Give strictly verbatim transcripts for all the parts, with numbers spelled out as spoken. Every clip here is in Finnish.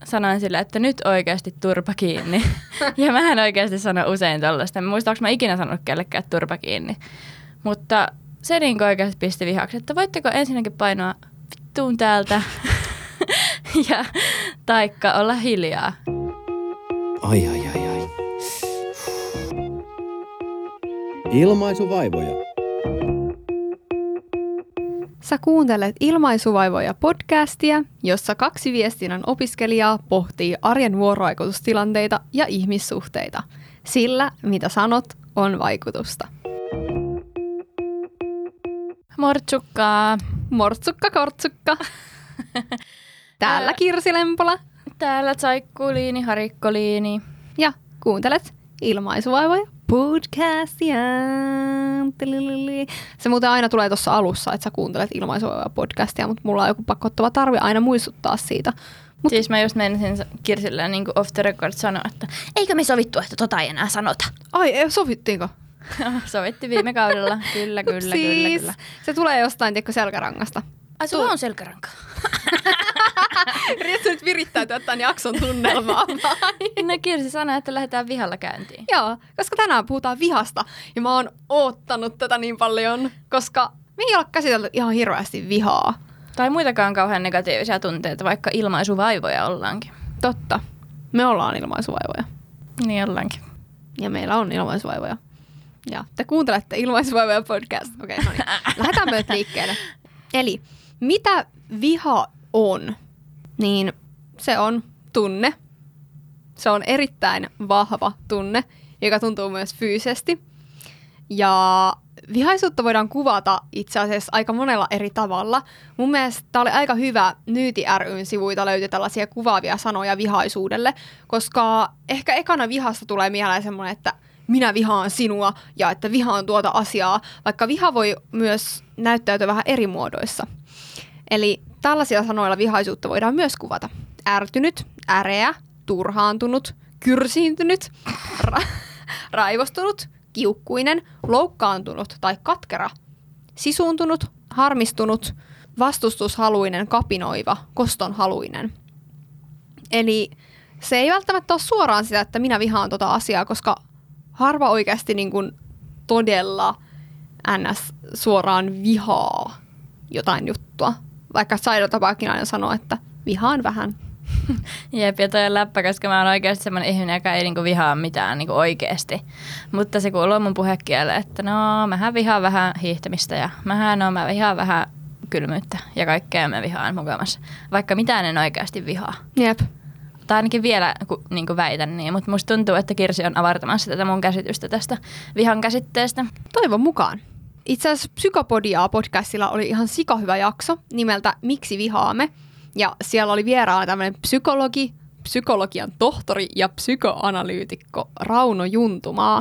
sanoin sille, että nyt oikeasti turpa kiinni. Ja mä en oikeasti sano usein tollaista. Mä muistan, onko mä ikinä sanonut kellekään, että turpa kiinni. Mutta se niin oikeasti pisti vihaksi, että voitteko ensinnäkin painoa vittuun täältä ja taikka olla hiljaa. Ai ai ai ai. Ilmaisuvaivoja. Sä kuuntelet Ilmaisuvaivoja podcastia, jossa kaksi viestinnän opiskelijaa pohtii arjen vuorovaikutustilanteita ja ihmissuhteita. Sillä, mitä sanot, on vaikutusta. Mortsukkaa. Mortsukka, kortsukka. Täällä Kirsi Lempola. Täällä Tsaikkuliini, Harikkoliini. Ja kuuntelet Ilmaisuvaivoja podcastia. Se muuten aina tulee tuossa alussa, että sä kuuntelet Ilmaisuvaivoja podcastia, mutta mulla on joku pakottava tarve aina muistuttaa siitä. Mut... Siis mä just menisin Kirsille niin off the record sanoa, että eikö me sovittu, että tota ei enää sanota? Ai, ei, sovittiinko? Sovitti viime kaudella. Kyllä, kyllä, siis, kyllä, kyllä. Se tulee jostain tiekko selkärangasta. Ai, sulla on selkäranka. Riittäisi nyt virittäytyä tämän jakson tunnelmaa. No Kirsi sanoi, että lähdetään vihalla käyntiin. Joo, koska tänään puhutaan vihasta. Ja mä oon oottanut tätä niin paljon, koska me ei ole käsitelty ihan hirveästi vihaa. Tai muitakaan kauhean negatiivisia tunteita, vaikka ilmaisuvaivoja ollaankin. Totta. Me ollaan ilmaisuvaivoja. Niin ollaankin. Ja meillä on ilmaisuvaivoja. Ja te kuuntelette Ilmaisuvaivoja podcast. Okei, okay, no niin. Lähdetään myös liikkeelle. Eli mitä viha on? Niin se on tunne. Se on erittäin vahva tunne, joka tuntuu myös fyysisesti. Ja vihaisuutta voidaan kuvata itse asiassa aika monella eri tavalla. Mun mielestä tämä oli aika hyvä Nyyti ry:n sivuilta löytyi tällaisia kuvaavia sanoja vihaisuudelle, koska ehkä ekana vihasta tulee mieleen semmoinen, että minä vihaan sinua ja että vihaan tuota asiaa, vaikka viha voi myös näyttäytyä vähän eri muodoissa. Eli tällaisia sanoilla vihaisuutta voidaan myös kuvata. Ärtynyt, äreä, turhaantunut, kyrsiintynyt, ra- raivostunut, kiukkuinen, loukkaantunut tai katkera, sisuuntunut, harmistunut, vastustushaluinen, kapinoiva, kostonhaluinen. Eli se ei välttämättä ole suoraan sitä, että minä vihaan tota asiaa, koska harva oikeasti niin kuin todella ns. Suoraan vihaa jotain juttua. Vaikka Saido-tapaakin aina sanoo, että vihaan vähän. Jep, ja toi on läppä, koska mä oon oikeasti semmoinen ihminen, joka ei niinku vihaa mitään niinku oikeasti. Mutta se kuuluu mun puhekieleen, että no, mähän vihaan vähän hiihtämistä ja mähän no, mä vihaan vähän kylmyyttä ja kaikkea mä vihaan mukamassa. Vaikka mitään en oikeasti vihaa. Jep. Tai ainakin vielä niin kuin väitän niin, mutta musta tuntuu, että Kirsi on avartamassa tätä mun käsitystä tästä vihan käsitteestä. Toivon mukaan. Itse asiassa Psykopodia podcastilla oli ihan sikahyvä jakso nimeltä Miksi vihaamme? Ja siellä oli vieraana tämmöinen psykologi, psykologian tohtori ja psykoanalyytikko Rauno Juntumaa.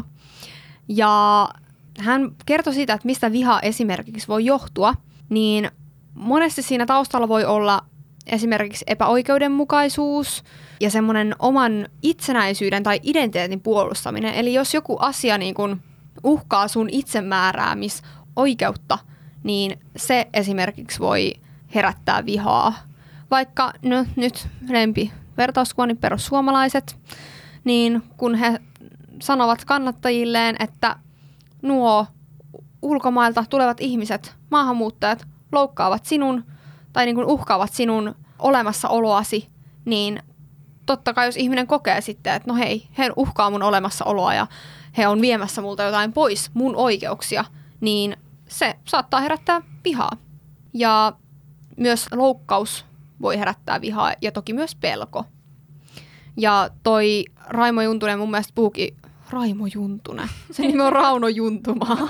Ja hän kertoi siitä, että mistä viha esimerkiksi voi johtua, niin monesti siinä taustalla voi olla esimerkiksi epäoikeudenmukaisuus ja semmoinen oman itsenäisyyden tai identiteetin puolustaminen. Eli jos joku asia niin kun uhkaa sun itsemääräämisoikeutta, niin se esimerkiksi voi herättää vihaa. Vaikka no, nyt lempi vertauskuvani perussuomalaiset, niin kun he sanovat kannattajilleen, että nuo ulkomailta tulevat ihmiset, maahanmuuttajat, loukkaavat sinun tai niin kuin uhkaavat sinun olemassaoloasi, niin totta kai jos ihminen kokee sitten, että no hei, he uhkaa mun olemassaoloa ja he on viemässä multa jotain pois, mun oikeuksia, niin se saattaa herättää vihaa. Ja myös loukkaus voi herättää vihaa ja toki myös pelko. Ja toi Raimo Juntunen mun mielestä puhukin, Raimo Juntunen, se nimi on Rauno Juntumaa.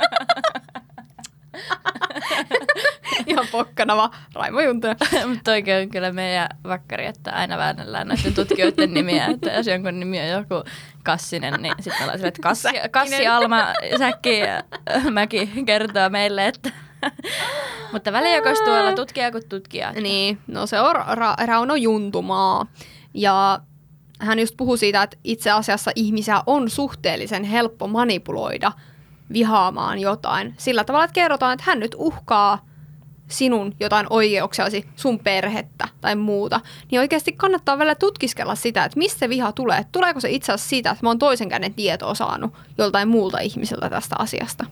Ihan pokkanava Raimo Juntunen. Mutta toikin on kyllä meidän vakkari, että aina väännellään näiden tutkijoiden nimiä. Että jos jonkun nimi on joku Kassinen, niin sitten ollaan sille, että Kassi, Kassi Alma Säkki Mäki kertoo meille, että mutta välijakois tuolla tutkija kuin tutkija. Niin, no se on Ra- Rauno Juntumaa. Ja hän just puhui siitä, että itse asiassa ihmisiä on suhteellisen helppo manipuloida vihaamaan jotain. Sillä tavalla, että kerrotaan, että hän nyt uhkaa sinun jotain oikeuksiasi, sun perhettä tai muuta, niin oikeasti kannattaa vielä tutkiskella sitä, että mistä se viha tulee. Että tuleeko se itse asiassa siitä, että mä oon toisen käden tietoa saanut joltain muulta ihmiseltä tästä asiasta.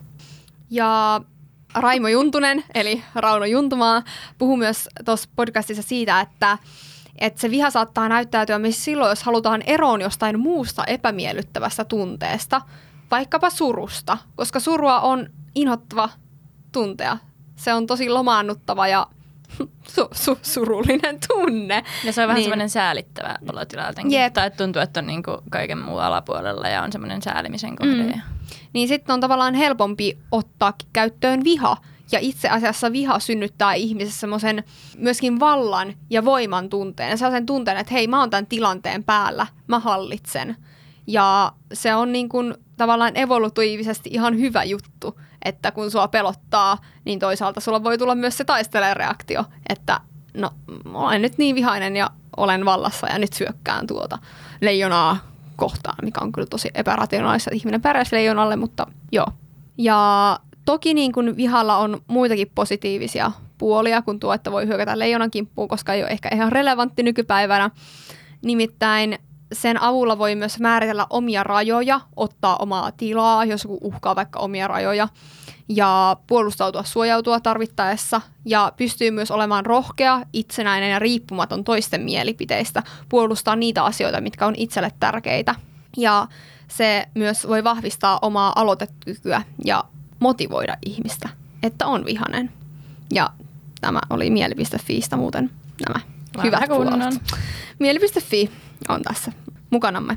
Ja Raimo Juntunen, eli Rauno Juntumaa, puhuu myös tuossa podcastissa siitä, että, että se viha saattaa näyttäytyä myös silloin, jos halutaan eroon jostain muusta epämiellyttävästä tunteesta, vaikkapa surusta, koska surua on inhottava tuntea. Se on tosi lomaannuttava ja su- su- surullinen tunne. Ja se on vähän niin. semmoinen säälittävä olotila jotenkin. Jep. Tai tuntuu, että on niinku kaiken muun alapuolella ja on semmoinen säälimisen kohde. Mm. Niin sitten on tavallaan helpompi ottaa käyttöön viha. Ja itse asiassa viha synnyttää ihmisessä semmoisen myöskin vallan ja voiman tunteen. Sellaisen tunteen, että hei, mä oon tämän tilanteen päällä, mä hallitsen. Ja se on niin kuin tavallaan evolutiivisesti ihan hyvä juttu, että kun sua pelottaa, niin toisaalta sulla voi tulla myös se taistelereaktio, että no, olen nyt niin vihainen ja olen vallassa ja nyt syökkään tuota leijonaa kohtaan, mikä on kyllä tosi epärationaalista, että ihminen pärjäsi leijonalle, mutta joo. Ja toki niin kuin vihalla on muitakin positiivisia puolia, kun tuo, että voi hyökätä leijonan kimppuun, koska ei ole ehkä ihan relevantti nykypäivänä. Nimittäin sen avulla voi myös määritellä omia rajoja, ottaa omaa tilaa, jos joku uhkaa vaikka omia rajoja, ja puolustautua, suojautua tarvittaessa, ja pystyy myös olemaan rohkea, itsenäinen ja riippumaton toisten mielipiteistä, puolustaa niitä asioita, mitkä on itselle tärkeitä. Ja se myös voi vahvistaa omaa aloitekykyä ja motivoida ihmistä, että on vihainen. Ja tämä oli mieli piste fiistä muuten nämä Vähän hyvät puolet. mieli piste fi on tässä mukanamme.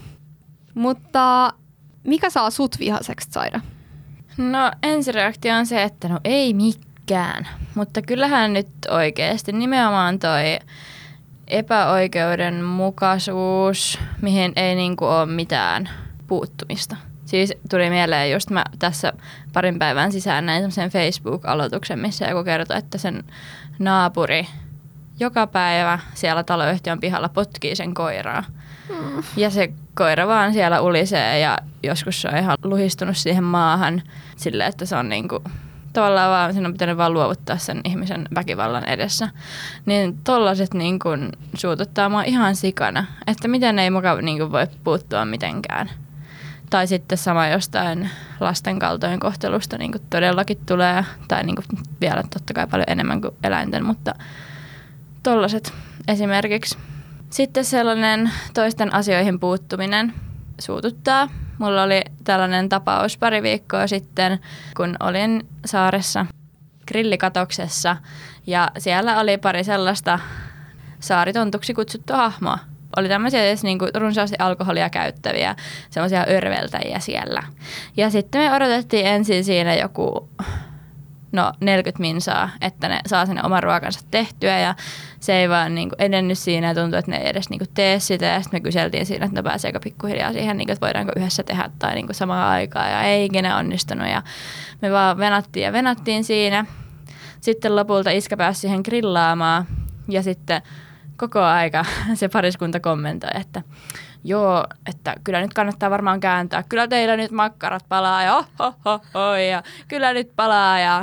Mutta mikä saa sut vihaseksi, Saida? No ensireaktio on se, että no ei mikään. Mutta kyllähän nyt oikeasti nimenomaan toi epäoikeudenmukaisuus, mihin ei niinku ole mitään puuttumista. Siis tuli mieleen just mä tässä parin päivän sisään näin semmoisen Facebook-aloituksen, missä joku kertoi, että sen naapuri joka päivä siellä taloyhtiön pihalla potkii sen koiraa. Mm. Ja se koira vaan siellä ulisee ja joskus se on ihan luhistunut siihen maahan silleen, että se on niinku tavallaan vaan, sen on pitänyt vaan luovuttaa sen ihmisen väkivallan edessä. Niin tollaset niinku suututtaa mua ihan sikana, että miten ei muka niinku voi puuttua mitenkään. Tai sitten sama jostain lasten kaltoinkohtelusta niin kuin todellakin tulee, tai niin kuin vielä totta kai paljon enemmän kuin eläinten, mutta tollaset esimerkiksi. Sitten sellainen toisten asioihin puuttuminen suututtaa. Mulla oli tällainen tapaus pari viikkoa sitten, kun olin saaressa grillikatoksessa ja siellä oli pari sellaista saaritontuksi kutsuttua hahmoa. Oli tämmöisiä niinku runsaasti alkoholia käyttäviä, semmoisia örveltäjiä siellä. Ja sitten me odotettiin ensin siinä joku no neljäkymmentä minsaa, että ne saa sinne oman ruokansa tehtyä ja se ei vaan niinku edennyt siinä ja tuntui, että ne ei edes niinku tee sitä. Ja sitten me kyseltiin siinä, että no pääseekö pikkuhiljaa siihen, niinku, että voidaanko yhdessä tehdä tai niinku samaan aikaan ja ei ikinä onnistunut. Ja me vaan venattiin ja venattiin siinä. Sitten lopulta iskä pääsi siihen grillaamaan ja sitten koko aika se pariskunta kommentoi, että joo, että kyllä nyt kannattaa varmaan kääntää. Kyllä teillä nyt makkarat palaa ja oh, oh, oh, oh, ja kyllä nyt palaa ja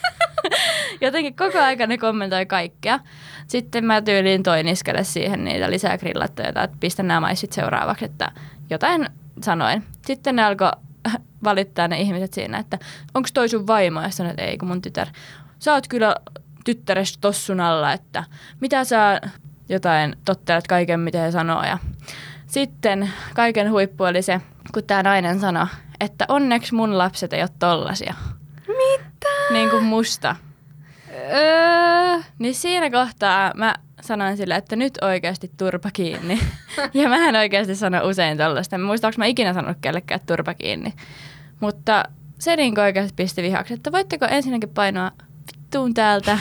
jotenkin koko aika ne kommentoi kaikkea. Sitten mä tyyliin toin iskelle siihen niitä lisää grillattuja, että pistä nämä maissit seuraavaksi, että jotain sanoin. Sitten ne alkoi valittaa ne ihmiset siinä, että onko toi sun vaimo? Ja sanoin, että ei kun mun tytär. Sä oot kyllä tyttärestä tossun alla, että mitä sä jotain tottelet kaiken, mitä he sanoo. Ja sitten kaiken huippu oli se, kun tämä nainen sanoi, että onneksi mun lapset ei ole tollasia. Mitä? Niin kuin musta. Öö. Niin siinä kohtaa mä sanoin sille, että nyt oikeasti turpa kiinni. Ja mähän oikeasti sanon usein tollaista. Mä muistan, onko mä ikinä sanonut kellekään turpa kiinni. Mutta se niin oikeasti pisti vihaksi, että voitteko ensinnäkin painoa vittuun täältä.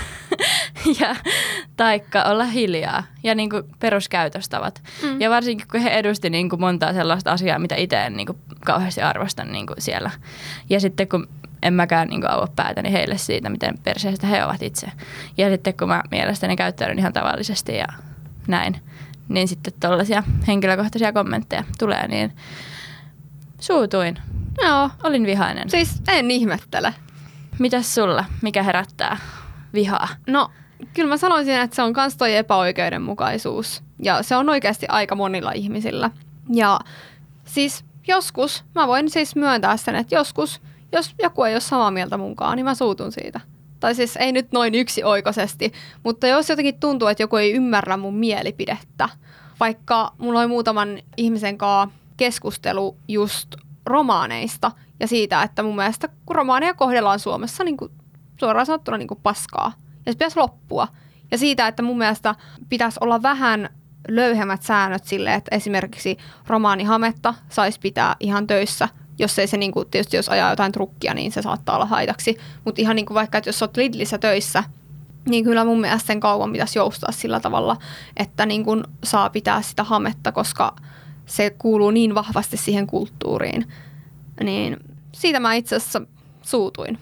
Ja taikka olla hiljaa ja niin kuin peruskäytöstavat. Mm. Ja varsinkin kun he edusti niin kuin montaa sellaista asiaa, mitä itse en niin kuin kauheasti arvostan niin kuin siellä. Ja sitten kun en mäkään niin kuin auva päätäni heille siitä, miten perseestä he ovat itse. Ja sitten kun mä mielestäni käyttäydyn ihan tavallisesti ja näin, niin sitten tollaisia henkilökohtaisia kommentteja tulee, niin suutuin. Joo. Olin vihainen. Siis en ihmettele. Mitäs sulla? Mikä herättää vihaa? No, kyllä mä sanoisin, että se on kans toi epäoikeudenmukaisuus. Ja se on oikeasti aika monilla ihmisillä. Ja siis joskus, mä voin siis myöntää sen, että joskus, jos joku ei ole samaa mieltä munkaan, niin mä suutun siitä. Tai siis ei nyt noin yksioikoisesti, mutta jos jotenkin tuntuu, että joku ei ymmärrä mun mielipidettä, vaikka mulla oli muutaman ihmisen kanssa keskustelu just romaaneista ja siitä, että mun mielestä kun romaaneja kohdellaan Suomessa niin kuin, suoraan sanottuna niin kuin paskaa ja se pitäisi loppua. Ja siitä, että mun mielestä pitäisi olla vähän löyhemmät säännöt sille, että esimerkiksi romaanihametta saisi pitää ihan töissä. Jos ei se, niin kuin, tietysti jos ajaa jotain trukkia, niin se saattaa olla haitaksi. Mutta ihan niin kuin vaikka, että jos olet Lidlissä töissä, niin kyllä mun mielestä sen kauan pitäisi joustaa sillä tavalla, että niin kuin saa pitää sitä hametta, koska se kuuluu niin vahvasti siihen kulttuuriin. Niin siitä mä itse asiassa suutuin.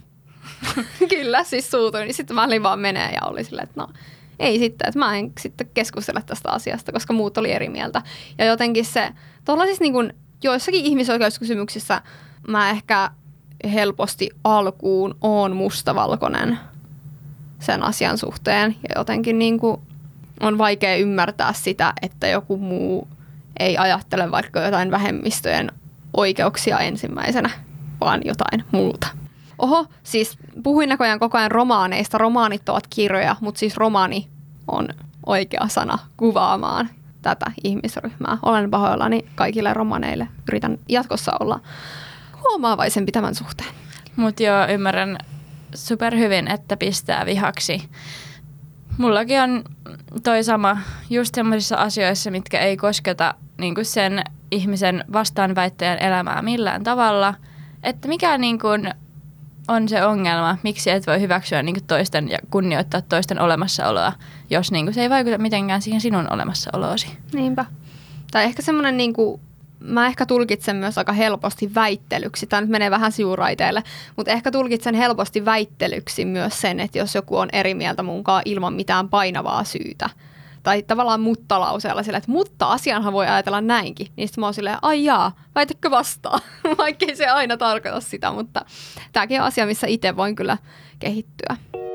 Kyllä, siis suutuin. Sitten mä olin vaan menee ja oli silleen, että no ei sitten, että mä en sitten keskustella tästä asiasta, koska muut oli eri mieltä. Ja jotenkin se, tuollaisissa niin kuin joissakin ihmisoikeuskysymyksissä mä ehkä helposti alkuun oon mustavalkoinen sen asian suhteen. Ja jotenkin niin kuin on vaikea ymmärtää sitä, että joku muu ei ajattele vaikka jotain vähemmistöjen oikeuksia ensimmäisenä, vaan jotain muuta. Oho, siis puhuin näköjään koko ajan romaaneista. Romaanit ovat kirjoja, mutta siis romaani on oikea sana kuvaamaan tätä ihmisryhmää. Olen pahoillani kaikille romaneille. Yritän jatkossa olla huomaavaisempi tämän suhteen. Mut joo, ymmärrän superhyvin, että pistää vihaksi. Mullakin on toi sama just sellaisissa asioissa, mitkä ei kosketa niin kuin sen ihmisen vastaanväittäjän elämää millään tavalla. Että mikä niin kuin on se ongelma, miksi et voi hyväksyä niin kuin toisten ja kunnioittaa toisten olemassaoloa, jos niin kuin se ei vaikuta mitenkään siihen sinun olemassaoloosi. Niinpä. Tai ehkä semmoinen, niin kuin, mä ehkä tulkitsen myös aika helposti väittelyksi. Tämä nyt menee vähän sivuraiteille, mutta ehkä tulkitsen helposti väittelyksi myös sen, että jos joku on eri mieltä munkaan ilman mitään painavaa syytä. Tai tavallaan mutta-lauseella sillä, että mutta asianhan voi ajatella näinkin. Niin sitten mä oon silleen, ai jaa, väitäkö vastaan? Vaikkei se aina tarkoita sitä, mutta tämäkin on asia, missä itse voin kyllä kehittyä.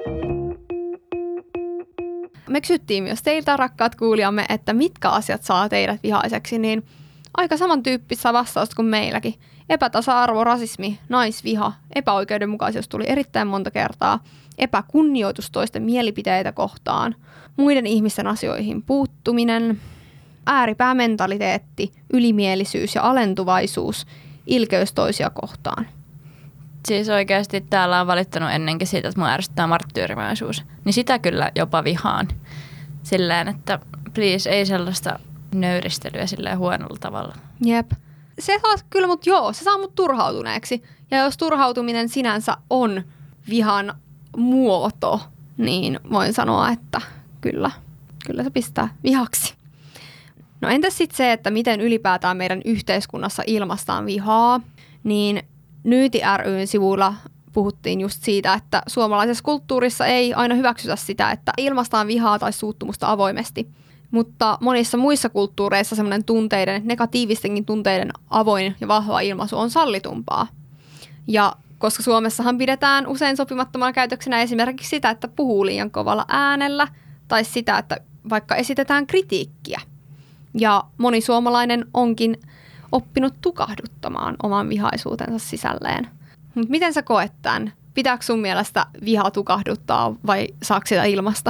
Me kysyttiin myös teiltä, rakkaat kuulijamme, että mitkä asiat saa teidät vihaiseksi, niin aika samantyyppistä vastausta kuin meilläkin. Epätasa-arvo, rasismi, naisviha, epäoikeudenmukaisuus tuli erittäin monta kertaa, epäkunnioitus toisten mielipiteitä kohtaan, muiden ihmisten asioihin puuttuminen, ääripäämentaliteetti, ylimielisyys ja alentuvaisuus, ilkeys toisia kohtaan. Siis oikeasti täällä on valittanut ennenkin siitä, että mua ärsyttää marttyyrimäisyys. Niin sitä kyllä jopa vihaan. Silleen, että please, ei sellaista nöyristelyä silleen huonolla tavalla. Jep. Se saa kyllä, mutta joo, se saa mut turhautuneeksi. Ja jos turhautuminen sinänsä on vihan muoto, niin voin sanoa, että kyllä, kyllä se pistää vihaksi. No entäs sitten se, että miten ylipäätään meidän yhteiskunnassa ilmaistaan vihaa, niin Nyyti ry:n sivuilla puhuttiin just siitä, että suomalaisessa kulttuurissa ei aina hyväksytä sitä, että ilmaistaan vihaa tai suuttumusta avoimesti. Mutta monissa muissa kulttuureissa semmoinen tunteiden, negatiivistenkin tunteiden avoin ja vahva ilmaisu on sallitumpaa. Ja koska Suomessahan pidetään usein sopimattomana käytöksenä esimerkiksi sitä, että puhuu liian kovalla äänellä tai sitä, että vaikka esitetään kritiikkiä. Ja moni suomalainen onkin oppinut tukahduttamaan oman vihaisuutensa sisälleen. Mutta miten sä koet tämän? Pitääkö sun mielestä viha tukahduttaa vai saako sitä ilmasta?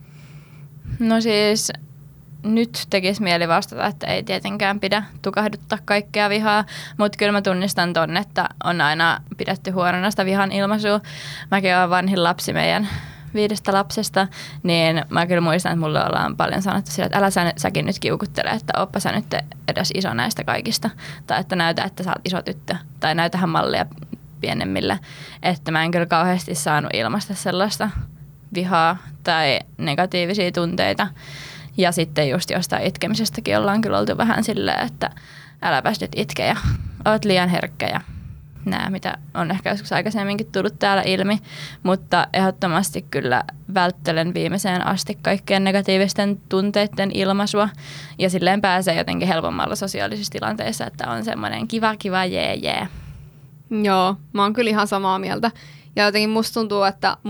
No siis nyt tekisi mieli vastata, että ei tietenkään pidä tukahduttaa kaikkea vihaa, mutta kyllä mä tunnistan ton, että on aina pidetty huonona sitä vihan ilmaisua. Mäkin olen vanhin lapsi meidän viidestä lapsesta, niin mä kyllä muistan, että mulle ollaan paljon sanottu sillä, että älä sä, säkin nyt kiukuttele, että oppa sä nyt edes iso näistä kaikista. Tai että näytä, että sä oot iso tyttö. Tai näytähän mallia pienemmille. Että mä en kyllä kauheasti saanut ilmaista sellaista vihaa tai negatiivisia tunteita. Ja sitten just jostain itkemisestäkin ollaan kyllä oltu vähän silleen, että äläpäs nyt itke ja oot liian herkkä ja nämä, mitä on ehkä joskus aikaisemminkin tullut täällä ilmi. Mutta ehdottomasti kyllä välttelen viimeiseen asti kaikkien negatiivisten tunteiden ilmaisua. Ja silleen pääsee jotenkin helpommalla sosiaalisissa tilanteissa, että on semmoinen kiva, kiva, jee, jee. Joo, mä oon kyllä ihan samaa mieltä. Ja jotenkin musta tuntuu, että mun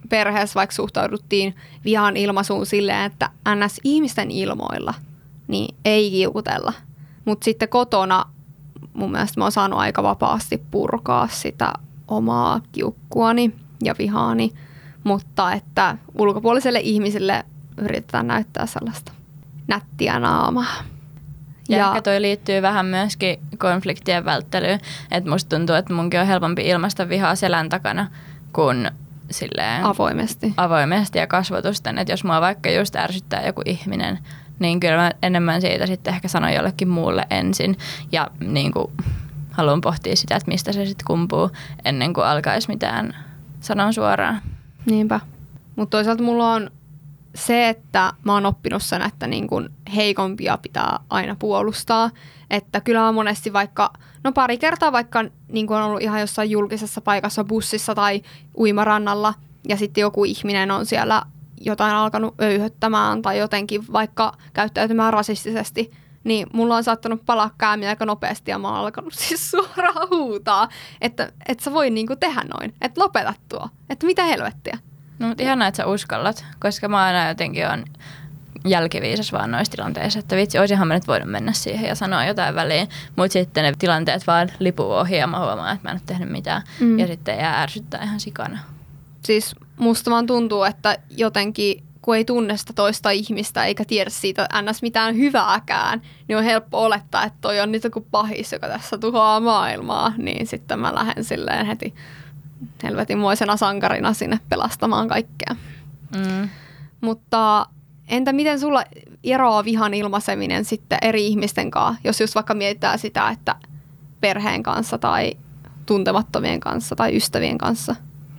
perheessä vaikka suhtauduttiin vihan ilmaisuun silleen, että ns. Ihmisten ilmoilla niin ei kiukutella. Mutta sitten kotona mun mielestä mä oon saanut aika vapaasti purkaa sitä omaa kiukkuani ja vihaani, mutta että ulkopuoliselle ihmisille yritetään näyttää sellaista nättiä naamaa. Ja, ja ehkä toi liittyy vähän myöskin konfliktien välttelyyn, että musta tuntuu, että munkin on helpompi ilmaista vihaa selän takana kuin silleen avoimesti. avoimesti ja kasvotusten, että jos mua vaikka just ärsyttää joku ihminen, niin kyllä mä enemmän siitä sitten ehkä sanon jollekin muulle ensin ja niin kuin haluan pohtia sitä, että mistä se sitten kumpuu ennen kuin alkaisi mitään sanon suoraan. Niinpä. Mutta toisaalta mulla on se, että mä oon oppinut sen, että niin kun heikompia pitää aina puolustaa. Että kyllä on monesti vaikka, no pari kertaa vaikka niin kun on ollut ihan jossain julkisessa paikassa, bussissa tai uimarannalla ja sitten joku ihminen on siellä jotain alkanut öyhöttämään tai jotenkin vaikka käyttäytymään rasistisesti, niin mulla on saattanut palaa käämiä aika nopeasti ja mä oon alkanut siis suoraan huutaa, että et sä voi niinku tehdä noin, että lopeta tuo, että mitä helvettiä. No mutta ihanaa, että sä uskallat, koska mä aina jotenkin on jälkiviisas vaan noissa tilanteissa, että vitsi, olisinhan mä nyt voinut mennä siihen ja sanoa jotain väliin, mutta sitten ne tilanteet vaan lipuu ohi ja mä huomaan, että mä en ole tehnyt mitään mm. ja sitten jää ärsyttää ihan sikana. Siis musta vaan tuntuu, että jotenkin kun ei tunne sitä toista ihmistä eikä tiedä siitä ns. Mitään hyvääkään, niin on helppo olettaa, että toi on nyt joku pahis, joka tässä tuhoaa maailmaa, niin sitten mä lähden silleen heti helvetinmoisena sankarina sinne pelastamaan kaikkea. Mm. Mutta entä miten sulla eroaa vihan ilmaiseminen sitten eri ihmisten kanssa, jos just vaikka mietitään sitä, että perheen kanssa tai tuntemattomien kanssa tai ystävien kanssa?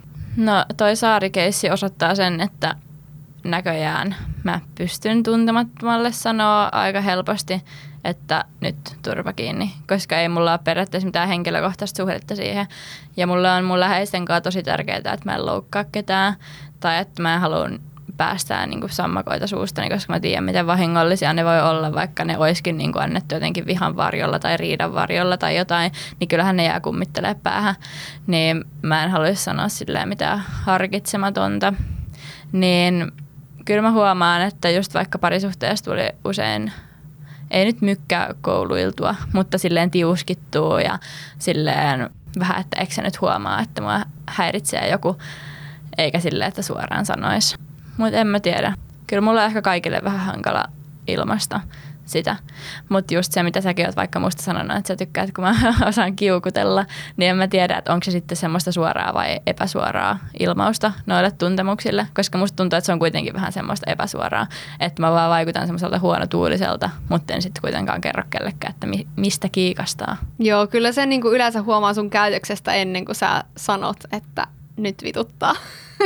No toi saarikeissi osoittaa sen, että näköjään mä pystyn tuntemattomalle sanoa aika helposti, että nyt turpa kiinni, koska ei mulla ole periaatteessa mitään henkilökohtaista suhdetta siihen. Ja mulla on mun läheisten kanssa tosi tärkeää, että mä en loukkaa ketään tai että mä haluan päästää niin kuin sammakoita suustani, koska mä tiedän, miten vahingollisia ne voi olla, vaikka ne olisikin niin kuin annettu jotenkin vihan varjolla tai riidan varjolla tai jotain, niin kyllähän ne jää kummittelee päähän. Niin mä en haluaisi sanoa silleen mitään harkitsematonta. Niin kyllä mä huomaan, että just vaikka parisuhteessa tuli usein, ei nyt mykkää kouluiltua, mutta silleen tiuskittua ja silleen vähän, että eikö sä nyt huomaa, että mua häiritsee joku, eikä silleen, että suoraan sanoisi. Mutta en mä tiedä. Kyllä mulla on ehkä kaikille vähän hankala ilmaista sitä. Mutta just se, mitä säkin oot vaikka musta sanonut, että sä tykkäät, kun mä osaan kiukutella, niin en mä tiedä, että onko se sitten semmoista suoraa vai epäsuoraa ilmausta noille tuntemuksille. Koska musta tuntuu, että se on kuitenkin vähän semmoista epäsuoraa. Että mä vaan vaikutan semmoiselta huonotuuliselta, mutta en sitten kuitenkaan kerro kellekään, että mi- mistä kiikastaa. Joo, kyllä se niinku yleensä huomaa sun käytöksestä ennen kuin sä sanot, että nyt vituttaa.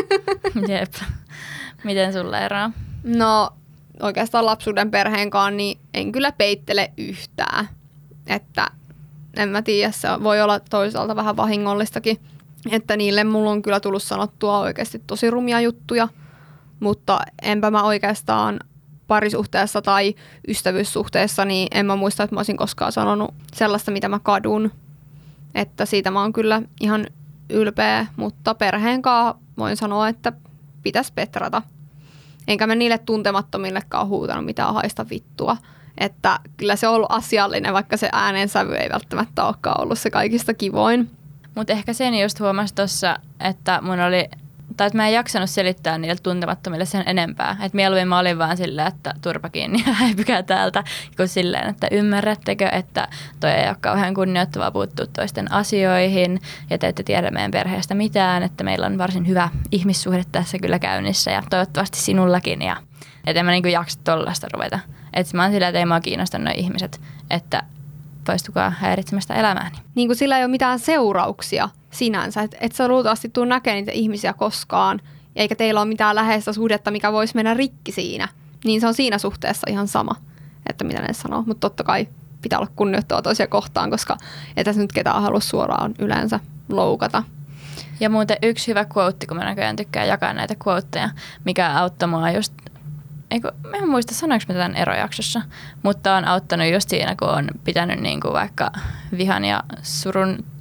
Jep. Miten sulle eroaa? No oikeastaan lapsuuden perheen kanssa niin en kyllä peittele yhtään. Että en mä tiedä, se voi olla toisaalta vähän vahingollistakin. Että niille mulla on kyllä tullut sanottua oikeasti tosi rumia juttuja. Mutta enpä mä oikeastaan parisuhteessa tai ystävyyssuhteessa, niin en mä muista, että mä olisin koskaan sanonut sellaista, mitä mä kadun. Että siitä mä oon kyllä ihan ylpeä, mutta perheen kanssa voin sanoa, että pitäisi petrata. Enkä mä niille tuntemattomillekaan huutanut mitään haista vittua. Että kyllä se on ollut asiallinen, vaikka se äänensävy ei välttämättä olekaan ollut se kaikista kivoin. Mutta ehkä sen just huomasi tuossa, että mun oli, tai että mä en jaksanut selittää niille tuntemattomille sen enempää. Että mieluummin mä olin vaan silleen, että turpa kiinni ja häipykää täältä. Kun silleen, että ymmärrättekö, että toi ei ole kauhean kunnioittavaa puuttua toisten asioihin. Ja te ette tiedä meidän perheestä mitään, että meillä on varsin hyvä ihmissuhde tässä kyllä käynnissä. Ja toivottavasti sinullakin. Ja että en mä niinku jaksa tollaista ruveta. Että mä oon silleen, että ei mua kiinnosta nuo ihmiset, että poistukaa häiritsemästä elämääni. Niin kuin sillä ei ole mitään seurauksia sinänsä. Että et sä luultavasti tuu näkemään niitä ihmisiä koskaan, eikä teillä ole mitään läheistä suhdetta, mikä voisi mennä rikki siinä. Niin se on siinä suhteessa ihan sama, että mitä ne sanoo. Mutta totta kai pitää olla kunnioittava toisia kohtaan, koska ei tässä nyt ketään halua suoraan yleensä loukata. Ja muuten yksi hyvä quote, kun mä näköjään tykkään jakaa näitä quoteja, mikä auttoi mua just, eikö, mä en muista sanoinko mä tämän erojaksossa, mutta on auttanut just siinä, kun on pitänyt niin kuin vaikka vihan ja surun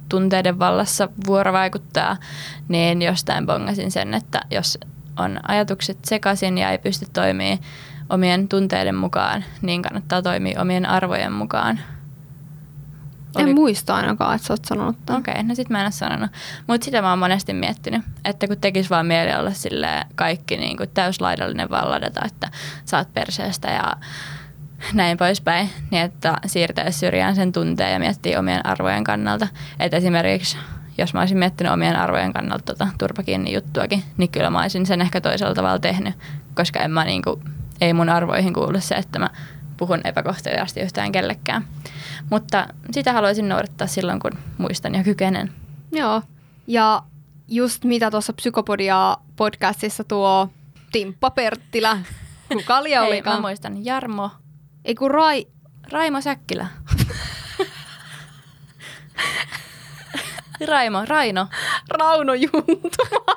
tunteiden vallassa vuorovaikuttaa, niin jostain bongasin sen, että jos on ajatukset sekaisin ja ei pysty toimimaan omien tunteiden mukaan, niin kannattaa toimia omien arvojen mukaan. Oli... En muista ainakaan, että sä oot sanonut tämän. Okei, okay, no sit mä en ole sanonut. Mutta sitä mä oon monesti miettinyt, että kun tekis vaan mieli olla kaikki niin kuin täyslaidallinen valladata, että saat perseestä ja näin poispäin, niin että siirtäisi syrjään sen tunteen ja miettii omien arvojen kannalta. Että esimerkiksi jos mä olisin miettinyt omien arvojen kannalta tota turpakiinni juttuakin, niin kyllä mä olisin sen ehkä toisella tavalla tehnyt, koska en mä niinku, ei mun arvoihin kuulu se, että mä puhun epäkohteliaasti yhtään kellekään. Mutta sitä haluaisin noudattaa silloin, kun muistan ja kykenen. Joo, ja just mitä tuossa Psykopodia-podcastissa tuo Timppa Perttilä, kuka oli olikaan? Hei, mä muistan Jarmo. Ei kun Rai... Raimo Säkkilä. Raimo, Raino. Rauno Juntuma.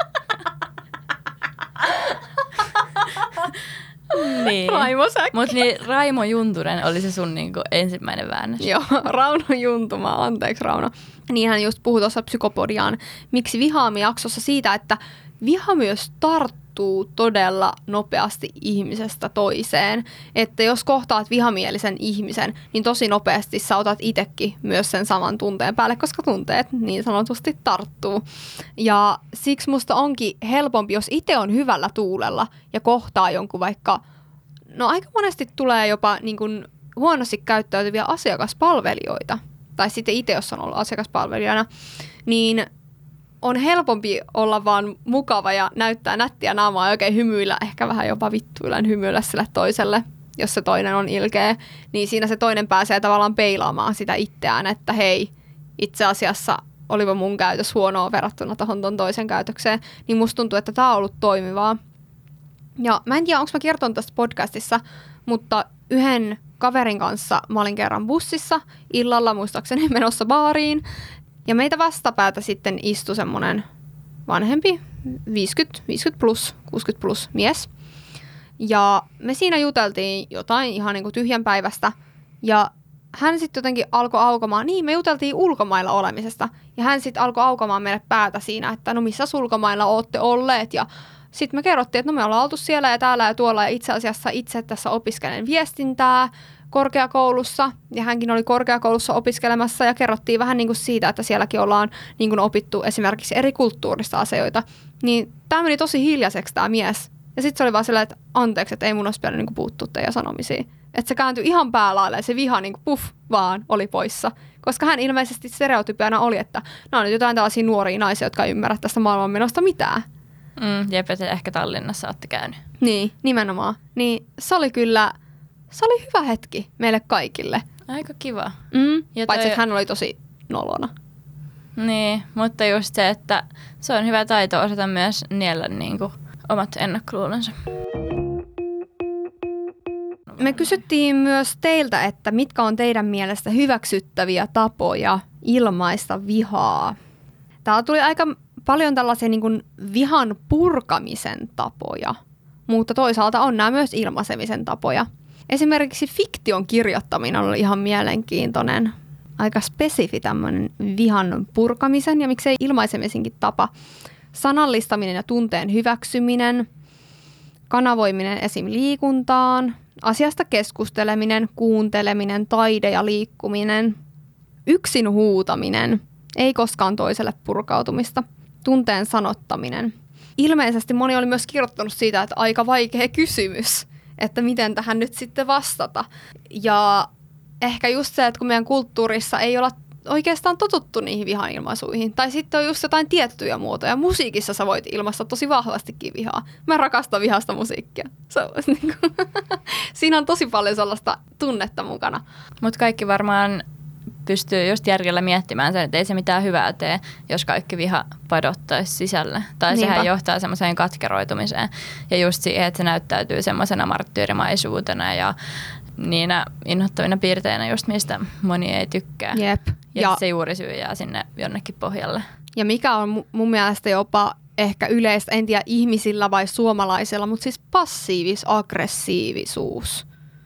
Niin. Raimo Säkkilä. Mutta niin, Raimo Juntunen oli se sun niinku ensimmäinen väännös. Joo, Rauno Juntuma, anteeksi Rauno. Niin hän just puhui tuossa Psykopodiaan Miksi vihaamme -jaksossa siitä, että viha myös tarttuu todella nopeasti ihmisestä toiseen. Että jos kohtaat vihamielisen ihmisen, niin tosi nopeasti sä otat itsekin myös sen saman tunteen päälle, koska tunteet niin sanotusti tarttuu. Ja siksi musta onkin helpompi, jos itse on hyvällä tuulella ja kohtaa jonkun vaikka, no aika monesti tulee jopa niin kuin huonosti käyttäytyviä asiakaspalvelijoita, tai sitten itse, jos on ollut asiakaspalvelijana, niin on helpompi olla vaan mukava ja näyttää nättiä naamaa ja oikein hymyillä, ehkä vähän jopa vittuillaan hymyillä sille toiselle, jos se toinen on ilkeä. Niin siinä se toinen pääsee tavallaan peilaamaan sitä itseään, että hei, itse asiassa olipa mun käytös huonoa verrattuna tuohon ton toisen käytökseen. Niin musta tuntuu, että tää on ollut toimivaa. Ja mä en tiedä, onko mä kertonut tästä podcastissa, mutta yhden kaverin kanssa mä olin kerran bussissa illalla muistaakseni menossa baariin. Ja meitä vastapäätä sitten istui semmoinen vanhempi, viisikymmentä, viisikymmentä plus, kuusikymmentä plus mies. Ja me siinä juteltiin jotain ihan niin kuin tyhjän päivästä. Ja hän sitten jotenkin alkoi aukomaan, niin me juteltiin ulkomailla olemisesta. Ja hän sitten alkoi aukomaan meille päätä siinä, että no missä ulkomailla ootte olleet. Ja sitten me kerrottiin, että no me ollaan oltu siellä ja täällä ja tuolla. Ja itse asiassa itse tässä opiskelen viestintää korkeakoulussa, ja hänkin oli korkeakoulussa opiskelemassa, ja kerrottiin vähän niin kuin siitä, että sielläkin ollaan niin kuin opittu esimerkiksi eri kulttuurista asioita. Niin tämä meni tosi hiljaiseksi tämä mies. Ja sitten se oli vaan silleen, että anteeksi, että ei mun olisi pitänyt niin kuin puuttua teidän sanomisiin. Että se kääntyi ihan päälaille ja se viha niin kuin puff vaan oli poissa. Koska hän ilmeisesti stereotypiana oli, että nämä on nyt jotain tällaisia nuoria naisia, jotka ei ymmärrä tästä maailmanmenosta mitään. Mm, jep, että ehkä Tallinnassa olette käynyt. Niin, nimenomaan. Niin se oli kyllä... Se oli hyvä hetki meille kaikille. Aika kiva. Mm, ja paitsi, toi... että hän oli tosi nolona. Niin, mutta just se, että se on hyvä taito osata myös niellä niin kuin omat ennakkoluulonsa. Me kysyttiin myös teiltä, että mitkä on teidän mielestä hyväksyttäviä tapoja ilmaista vihaa. Täällä tuli aika paljon tällaisia niin kuin vihan purkamisen tapoja, mutta toisaalta on nämä myös ilmaisemisen tapoja. Esimerkiksi fiktion kirjoittaminen oli ihan mielenkiintoinen, aika spesifi tämmöinen vihan purkamisen ja miksei ilmaisemisenkin tapa. Sanallistaminen ja tunteen hyväksyminen, kanavoiminen esim. Liikuntaan, asiasta keskusteleminen, kuunteleminen, taide ja liikkuminen, yksin huutaminen, ei koskaan toiselle purkautumista, tunteen sanottaminen. Ilmeisesti moni oli myös kirjoittanut siitä, että aika vaikea kysymys, että miten tähän nyt sitten vastata. Ja ehkä just se, että kun meidän kulttuurissa ei olla oikeastaan totuttu niihin vihanilmaisuihin. Tai sitten on just jotain tiettyjä muotoja. Musiikissa sä voit ilmaista tosi vahvastikin vihaa. Mä rakastan vihasta musiikkia. Se on, niin kuin, siinä on tosi paljon sellaista tunnetta mukana. Mutta kaikki varmaan pystyy just järjellä miettimään sen, että ei se mitään hyvää tee, jos kaikki viha padottaisi sisälle. Tai Niinpä. Sehän johtaa semmoiseen katkeroitumiseen. Ja just siihen, että se näyttäytyy semmoisena marttyyrimaisuutena ja niinä inhottavina piirteinä, just mistä moni ei tykkää. Jep. Ja, ja se juurisyy jää sinne jonnekin pohjalle. Ja mikä on mun mielestä jopa ehkä yleistä, en tiedä ihmisillä vai suomalaisilla, mutta siis passiivis-aggressiivisuus.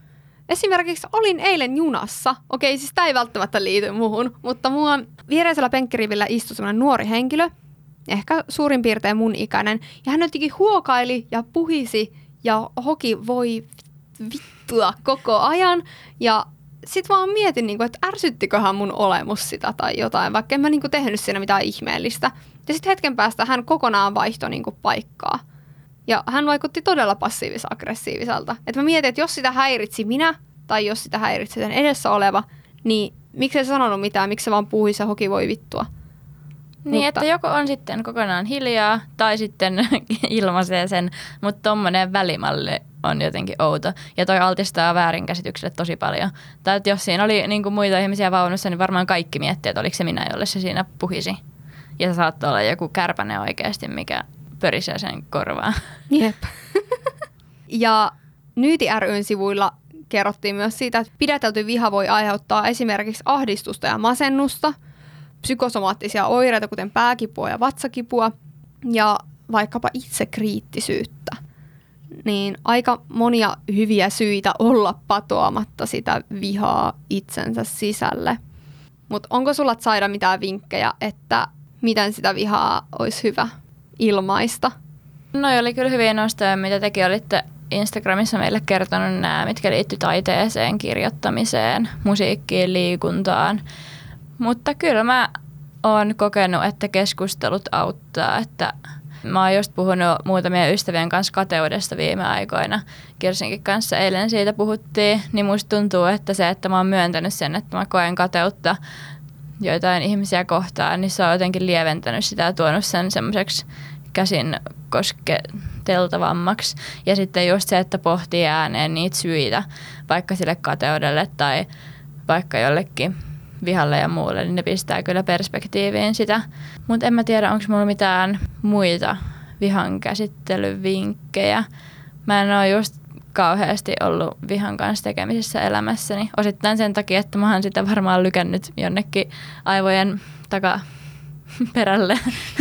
Esimerkiksi olin eilen junassa. Okei, siis tämä ei välttämättä liity muuhun, mutta mua viereisellä penkkirivillä istui sellainen nuori henkilö, ehkä suurin piirtein mun ikäinen, ja hän jotenkin huokaili ja puhisi ja hoki voi vittua koko ajan. Ja sit vaan mietin, että ärsyttiköhän mun olemus sitä tai jotain, vaikka en mä tehnyt siinä mitään ihmeellistä. Ja sitten hetken päästä hän kokonaan vaihtoi paikkaa. Ja hän vaikutti todella passiivis-aggressiiviselta. Että mä mietin, että jos sitä häiritsi minä tai jos sitä häiritsi sen edessä oleva, niin miksi se sanonut mitään, miksi se vaan puhuisi ja hoki voi vittua. Niin, mutta että joko on sitten kokonaan hiljaa tai sitten ilmaisee sen, mutta tommonen välimalli on jotenkin outo. Ja toi altistaa väärinkäsitykselle tosi paljon. Tai että jos siinä oli niin kuin muita ihmisiä vaunussa, niin varmaan kaikki miettii, että oliko se minä, jolle se siinä puhisi. Ja se saattoi olla joku kärpäne oikeasti, mikä pörisee sen korvaan. Jep. Ja Nyyti ry:n sivuilla kerrottiin myös siitä, että pidätelty viha voi aiheuttaa esimerkiksi ahdistusta ja masennusta, psykosomaattisia oireita, kuten pääkipua ja vatsakipua, ja vaikkapa itsekriittisyyttä. Niin aika monia hyviä syitä olla patoamatta sitä vihaa itsensä sisälle. Mutta onko sulla, Zaida, mitään vinkkejä, että miten sitä vihaa olisi hyvä ilmaista? No oli kyllä hyviä nostoja, mitä tekin olitte Instagramissa meille kertonut nämä, mitkä liittyy taiteeseen, kirjoittamiseen, musiikkiin, liikuntaan. Mutta kyllä mä oon kokenut, että keskustelut auttaa, että mä oon just puhunut muutamien ystävien kanssa kateudesta viime aikoina. Kirsinkin kanssa eilen siitä puhuttiin, niin musta tuntuu, että se, että mä oon myöntänyt sen, että mä koen kateutta joitain ihmisiä kohtaan, niin se on jotenkin lieventänyt sitä ja tuonut sen semmoiseksi käsin kosketeltavammaksi. Ja sitten just se, että pohtii ääneen niitä syitä, vaikka sille kateudelle tai vaikka jollekin vihalle ja muulle, niin ne pistää kyllä perspektiiviin sitä. Mutta en mä tiedä, onko mulla mitään muita vihan käsittelyvinkkejä. Mä en ole just kauheasti ollut vihan kanssa tekemisissä elämässäni. Osittain sen takia, että mä oon sitä varmaan lykännyt jonnekin aivojen takaperälle.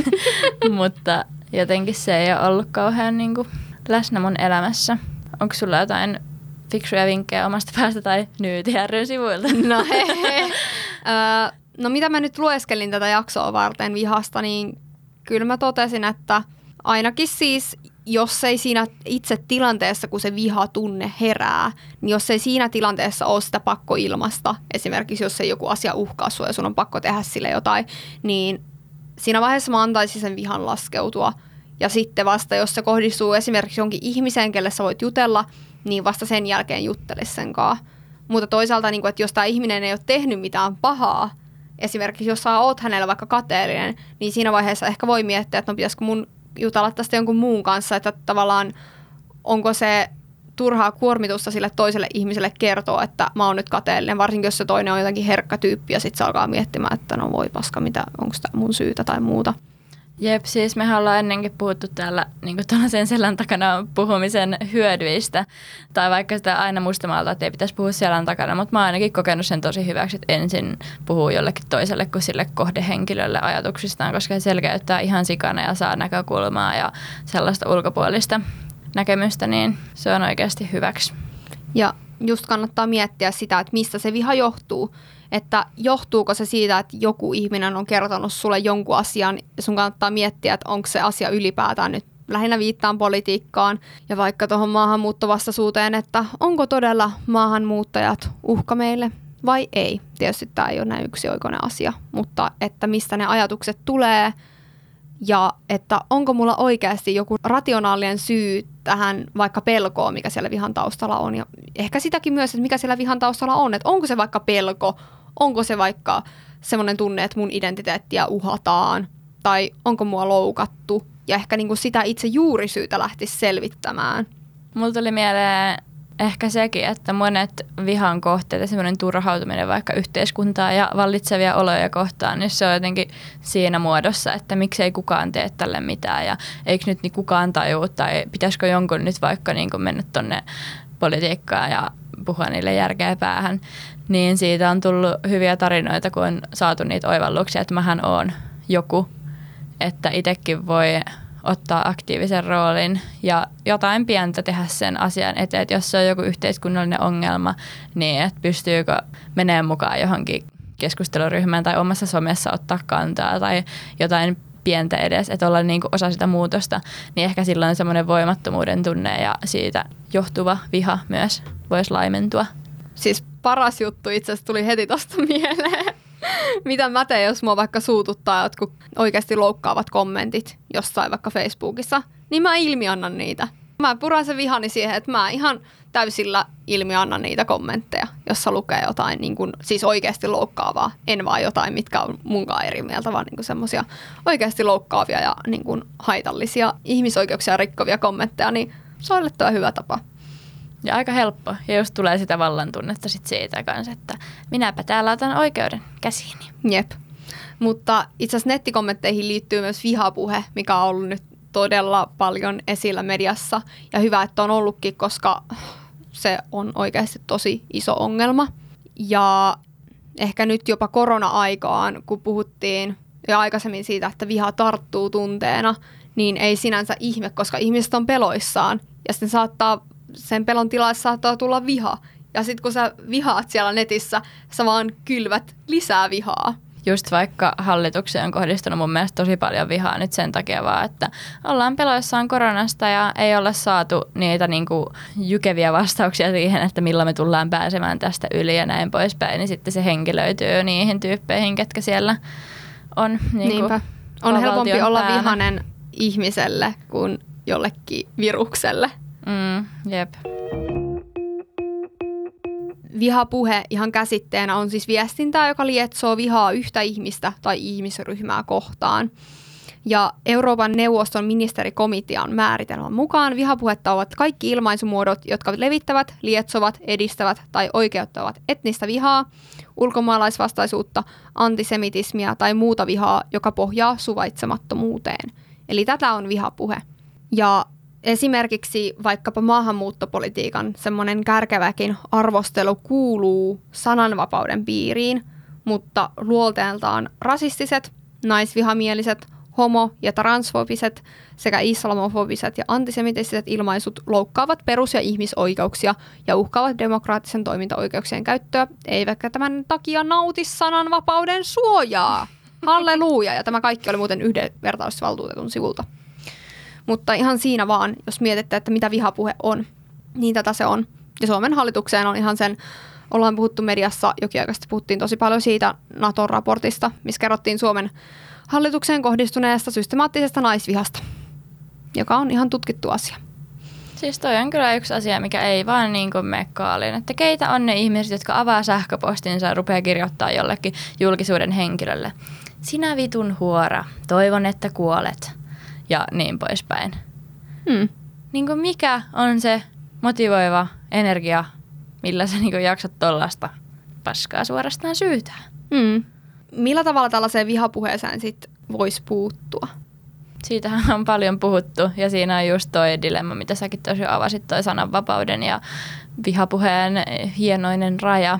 Mutta jotenkin se ei ole ollut kauhean niin kuin läsnä mun elämässä. Onko sulla jotain fiksuja vinkkejä omasta päästä tai Nyyti ry:n sivuilta? No he, he. Öö, no mitä mä nyt lueskelin tätä jaksoa varten vihasta, niin kyllä mä totesin, että ainakin siis, jos ei siinä itse tilanteessa, kun se vihatunne herää, niin jos ei siinä tilanteessa ole sitä pakko ilmasta, esimerkiksi jos ei joku asia uhkaa sua ja sun on pakko tehdä sille jotain, niin siinä vaiheessa mä antaisin sen vihan laskeutua. Ja sitten vasta, jos se kohdistuu esimerkiksi jonkin ihmiseen, kelle sä voit jutella, niin vasta sen jälkeen juttelisi sen kanssa. Mutta toisaalta, niin kun, että jos tämä ihminen ei ole tehnyt mitään pahaa, esimerkiksi jos sä oot hänellä vaikka kateellinen, niin siinä vaiheessa ehkä voi miettiä, että no pitäisikö mun jutella tästä jonkun muun kanssa, että tavallaan onko se turhaa kuormitusta sille toiselle ihmiselle kertoa, että mä oon nyt kateellinen, varsinkin jos se toinen on jotenkin herkkä tyyppi ja sitten se alkaa miettimään, että no voi paska, mitä, onko tämä mun syytä tai muuta. Jep, siis mehän ollaan ennenkin puhuttu täällä niin tuollaisen selän takana puhumisen hyödyistä. Tai vaikka sitä aina muistamalta, että ei pitäisi puhua selän takana, mutta mä oon ainakin kokenut sen tosi hyväksi, että ensin puhuu jollekin toiselle kuin sille kohdehenkilölle ajatuksistaan, koska se selkeyttää ihan sikana ja saa näkökulmaa ja sellaista ulkopuolista näkemystä, niin se on oikeasti hyväksi. Ja just kannattaa miettiä sitä, että mistä se viha johtuu. Että johtuuko se siitä, että joku ihminen on kertonut sulle jonkun asian ja sun kannattaa miettiä, että onko se asia ylipäätään nyt lähinnä viittaan politiikkaan ja vaikka tuohon maahanmuuttovastaisuuteen, että onko todella maahanmuuttajat uhka meille vai ei. Tietysti tämä ei ole näin yksioikoinen asia, mutta että mistä ne ajatukset tulee ja että onko mulla oikeasti joku rationaalinen syy tähän vaikka pelkoon, mikä siellä vihan taustalla on. Ja ehkä sitäkin myös, että mikä siellä vihan taustalla on, että onko se vaikka pelko, onko se vaikka semmoinen tunne, että mun identiteettiä uhataan tai onko mua loukattu. Ja ehkä niin kuin sitä itse juurisyytä lähtisi selvittämään. Mulla tuli mieleen ehkä sekin, että monet vihan kohteet ja semmoinen turhautuminen vaikka yhteiskuntaa ja vallitsevia oloja kohtaan, niin se on jotenkin siinä muodossa, että miksei kukaan tee tälle mitään ja eikö nyt niin kukaan tajua tai pitäisikö jonkun nyt vaikka niin kuin mennä tonne politiikkaan ja puhua niille järkeä päähän. Niin siitä on tullut hyviä tarinoita, kun on saatu niitä oivalluksia, että mähän oon joku, että itsekin voi ottaa aktiivisen roolin ja jotain pientä tehdä sen asian eteen, että jos se on joku yhteiskunnallinen ongelma, niin että pystyykö menemään mukaan johonkin keskusteluryhmään tai omassa somessa ottaa kantaa tai jotain pientä edes, että olla niin kuin osa sitä muutosta, niin ehkä silloin semmoinen voimattomuuden tunne ja siitä johtuva viha myös voisi laimentua. Siis paras juttu itse asiassa tuli heti tosta mieleen. Mitä mä teen, jos mua vaikka suututtaa jotkut oikeasti loukkaavat kommentit jossain vaikka Facebookissa, niin mä ilmiannan niitä. Mä puran sen vihani siihen, että mä ihan täysillä ilmiannan niitä kommentteja, jossa lukee jotain niin kuin, siis oikeasti loukkaavaa. En vaan jotain, mitkä on munkaan eri mieltä, vaan niin kuin semmoisia oikeasti loukkaavia ja niin kuin haitallisia ihmisoikeuksia rikkovia kommentteja, niin se on yllättävän hyvä tapa. Ja aika helppo. Ja just tulee sitä vallan tunnetta sit siitä kanssa, että minäpä täällä otan oikeuden käsiini. Jep. Mutta itse asiassa nettikommentteihin liittyy myös vihapuhe, mikä on ollut nyt todella paljon esillä mediassa. Ja hyvä, että on ollutkin, koska se on oikeasti tosi iso ongelma. Ja ehkä nyt jopa korona-aikaan, kun puhuttiin jo aikaisemmin siitä, että viha tarttuu tunteena, niin ei sinänsä ihme, koska ihmiset on peloissaan. Ja sitten saattaa, sen pelon tilassa saattaa tulla viha. Ja sitten kun sä vihaat siellä netissä, sä vaan kylvät lisää vihaa. Just vaikka hallitukseen on kohdistunut mun mielestä tosi paljon vihaa nyt sen takia vaan, että ollaan peloissaan koronasta ja ei olla saatu niitä niinku jykeviä vastauksia siihen, että milloin me tullaan pääsemään tästä yli ja näin poispäin. Niin sitten se henkilöityy niihin tyyppeihin, ketkä siellä on niinku Niinpä. On helpompi olla päällä. vihainen ihmiselle kuin jollekin virukselle. Mm, jep. Vihapuhe ihan käsitteenä on siis viestintää, joka lietsoo vihaa yhtä ihmistä tai ihmisryhmää kohtaan. Ja Euroopan neuvoston ministerikomitean määritelmän mukaan vihapuhetta ovat kaikki ilmaisumuodot, jotka levittävät, lietsovat, edistävät tai oikeuttavat etnistä vihaa, ulkomaalaisvastaisuutta, antisemitismiä tai muuta vihaa, joka pohjaa suvaitsemattomuuteen. Eli tätä on vihapuhe. Ja esimerkiksi vaikkapa maahanmuuttopolitiikan semmoinen kärkeväkin arvostelu kuuluu sananvapauden piiriin, mutta luonteeltaan rasistiset, naisvihamieliset, homo- ja transfobiset sekä islamofobiset ja antisemitiset ilmaisut loukkaavat perus- ja ihmisoikeuksia ja uhkaavat demokraattisen toimintaoikeuksien käyttöä, eivätkä tämän takia nauti sananvapauden suojaa. Halleluja! Ja tämä kaikki oli muuten yhdenvertaisuusvaltuutetun sivulta. Mutta ihan siinä vaan, jos mietitte, että mitä vihapuhe on, niin tätä se on. Ja Suomen hallitukseen on ihan sen, ollaan puhuttu mediassa, jokin aikaisesti puhuttiin tosi paljon siitä Naton raportista, missä kerrottiin Suomen hallitukseen kohdistuneesta systemaattisesta naisvihasta, joka on ihan tutkittu asia. Siis toi on kyllä yksi asia, mikä ei vaan niin kuin mene kaaliin. Että keitä on ne ihmiset, jotka avaa sähköpostinsa ja rupeaa kirjoittaa jollekin julkisuuden henkilölle. Sinä vitun huora, toivon, että kuolet. Ja niin poispäin. Hmm. Niin kuin mikä on se motivoiva energia, millä sä niin kuin jaksat tollaista paskaa suorastaan syytää? Hmm. Millä tavalla tällaiseen vihapuheeseen sit voisi puuttua? Siitähän on paljon puhuttu ja siinä on just toi dilemma, mitä säkin tosiaan avasit, toi sananvapauden ja vihapuheen hienoinen raja.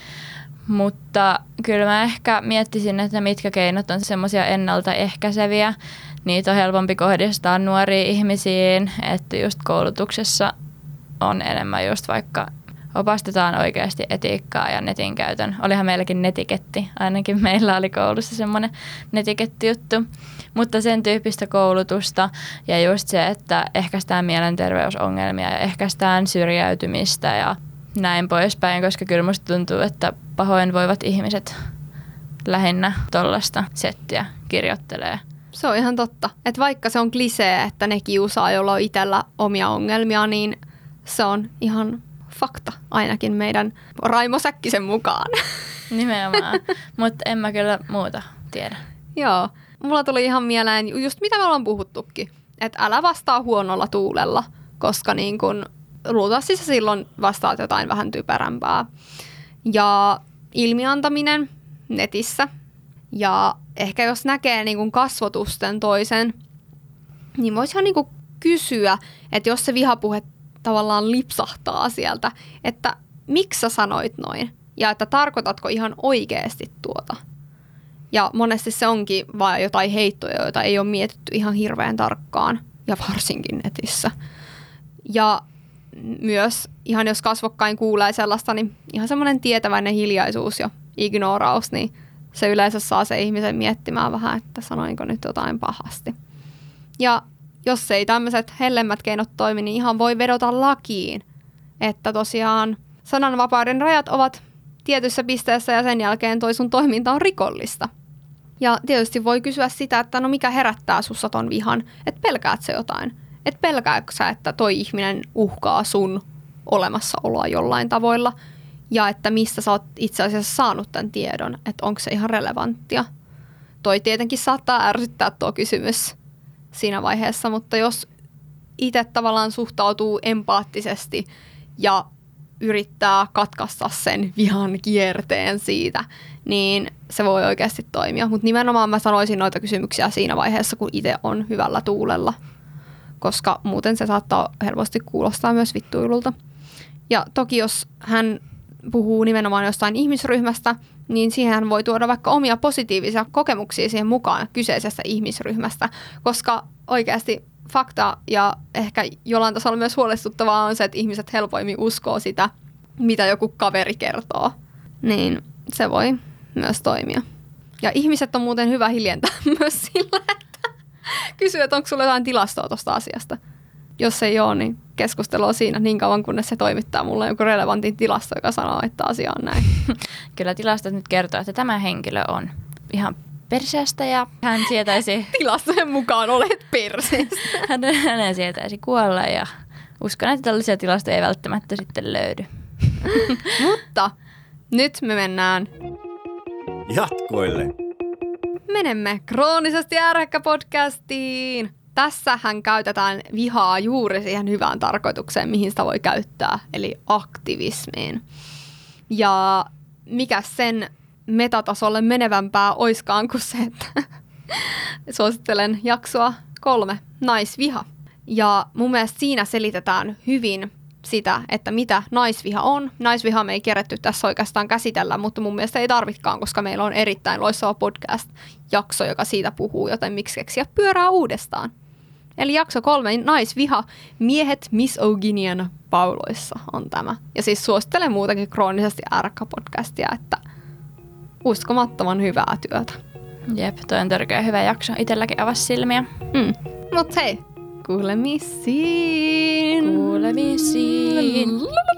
Mutta kyllä mä ehkä miettisin, että mitkä keinot on semmoisia ennaltaehkäiseviä. Niitä on helpompi kohdistaa nuoriin ihmisiin, että just koulutuksessa on enemmän just vaikka opastetaan oikeasti etiikkaa ja netin käytön. Olihan meilläkin netiketti, ainakin meillä oli koulussa semmoinen netikettijuttu. Mutta sen tyyppistä koulutusta ja just se, että ehkäistään mielenterveysongelmia ja ehkäistään syrjäytymistä ja näin poispäin, koska kyllä musta tuntuu, että pahoinvoivat ihmiset lähinnä tollaista settiä kirjoittelee. Se on ihan totta. Että vaikka se on klisee, että ne kiusaa, joilla on itsellä omia ongelmia, niin se on ihan fakta ainakin meidän Raimo Säkkisen mukaan. Nimenomaan, mutta en mä kyllä muuta tiedä. Joo, mulla tuli ihan mieleen just mitä me ollaan puhuttukin, että älä vastaa huonolla tuulella, koska niin kun luultavasti sä silloin vastaat jotain vähän typerämpää. Ja ilmiantaminen netissä ja ehkä jos näkee niin kun kasvotusten toisen, niin voisi ihan niin kun kysyä, että jos se vihapuhe tavallaan lipsahtaa sieltä, että miksi sä sanoit noin ja että tarkoitatko ihan oikeasti tuota. Ja monesti se onkin vaan jotain heittoja, joita ei ole mietitty ihan hirveän tarkkaan, ja varsinkin netissä. Ja myös ihan jos kasvokkain kuulee sellaista, niin ihan semmoinen tietäväinen hiljaisuus ja ignoraus, niin se yleensä saa se ihmisen miettimään vähän, että sanoinko nyt jotain pahasti. Ja jos ei tämmöiset hellemmät keinot toimi, niin ihan voi vedota lakiin, että tosiaan sananvapauden rajat ovat tietyssä pisteessä ja sen jälkeen toi sun toiminta on rikollista. Ja tietysti voi kysyä sitä, että no mikä herättää sussa ton vihan, että pelkäät sä jotain. Että pelkääkö sä, että toi ihminen uhkaa sun olemassaoloa jollain tavoilla ja että mistä sä oot itse asiassa saanut tämän tiedon, että onko se ihan relevanttia. Toi tietenkin saattaa ärsyttää tuo kysymys siinä vaiheessa, mutta jos itse tavallaan suhtautuu empaattisesti ja yrittää katkaista sen vihan kierteen siitä, niin se voi oikeasti toimia. Mutta nimenomaan mä sanoisin noita kysymyksiä siinä vaiheessa, kun itse on hyvällä tuulella, koska muuten se saattaa helposti kuulostaa myös vittuilulta. Ja toki jos hän puhuu nimenomaan jostain ihmisryhmästä, niin siihen voi tuoda vaikka omia positiivisia kokemuksia siihen mukaan kyseisestä ihmisryhmästä, koska oikeasti fakta ja ehkä jollain tasolla myös huolestuttavaa on se, että ihmiset helpoimmin uskoo sitä, mitä joku kaveri kertoo. Niin se voi myös toimia. Ja ihmiset on muuten hyvä hiljentää myös sillä, että kysyy, että onko sulla jotain tilastoa tuosta asiasta. Jos ei ole, niin keskustelua siinä niin kauan, kunnes se toimittaa mulle joku relevantin tilasto, joka sanoo, että asia on näin. Kyllä tilastot nyt kertoo, että tämä henkilö on ihan perseestä ja hän sietäisi... Tilastojen mukaan olet perseestä. Hän, hänen sietäisi kuolla ja uskon, että tällaisia tilastoja ei välttämättä sitten löydy. Mutta nyt me mennään... Jatkoille. Menemme kroonisesti ärhäkkä podcastiin. Tässähän käytetään vihaa juuri siihen hyvään tarkoitukseen, mihin sitä voi käyttää, eli aktivismiin. Ja mikä sen metatasolle menevämpää oiskaan kuin se, että suosittelen jaksoa kolme, naisviha. Ja mun mielestä siinä selitetään hyvin sitä, että mitä naisviha on. Naisviha me ei keretty tässä oikeastaan käsitellä, mutta mun mielestä ei tarvitkaan, koska meillä on erittäin loistava podcast-jakso, joka siitä puhuu, joten miksi keksiä pyörää uudestaan. Eli jakso kolme, naisviha, miehet misogynian pauloissa on tämä. Ja siis suosittelen muutakin kroonisesti ärkkä-podcastia, että uskomattoman hyvää työtä. Jep, toi on törkeä hyvä jakso. Itselläkin avasi silmiä. Mm. Mut hei, kuulemisiin. Kuulemisiin.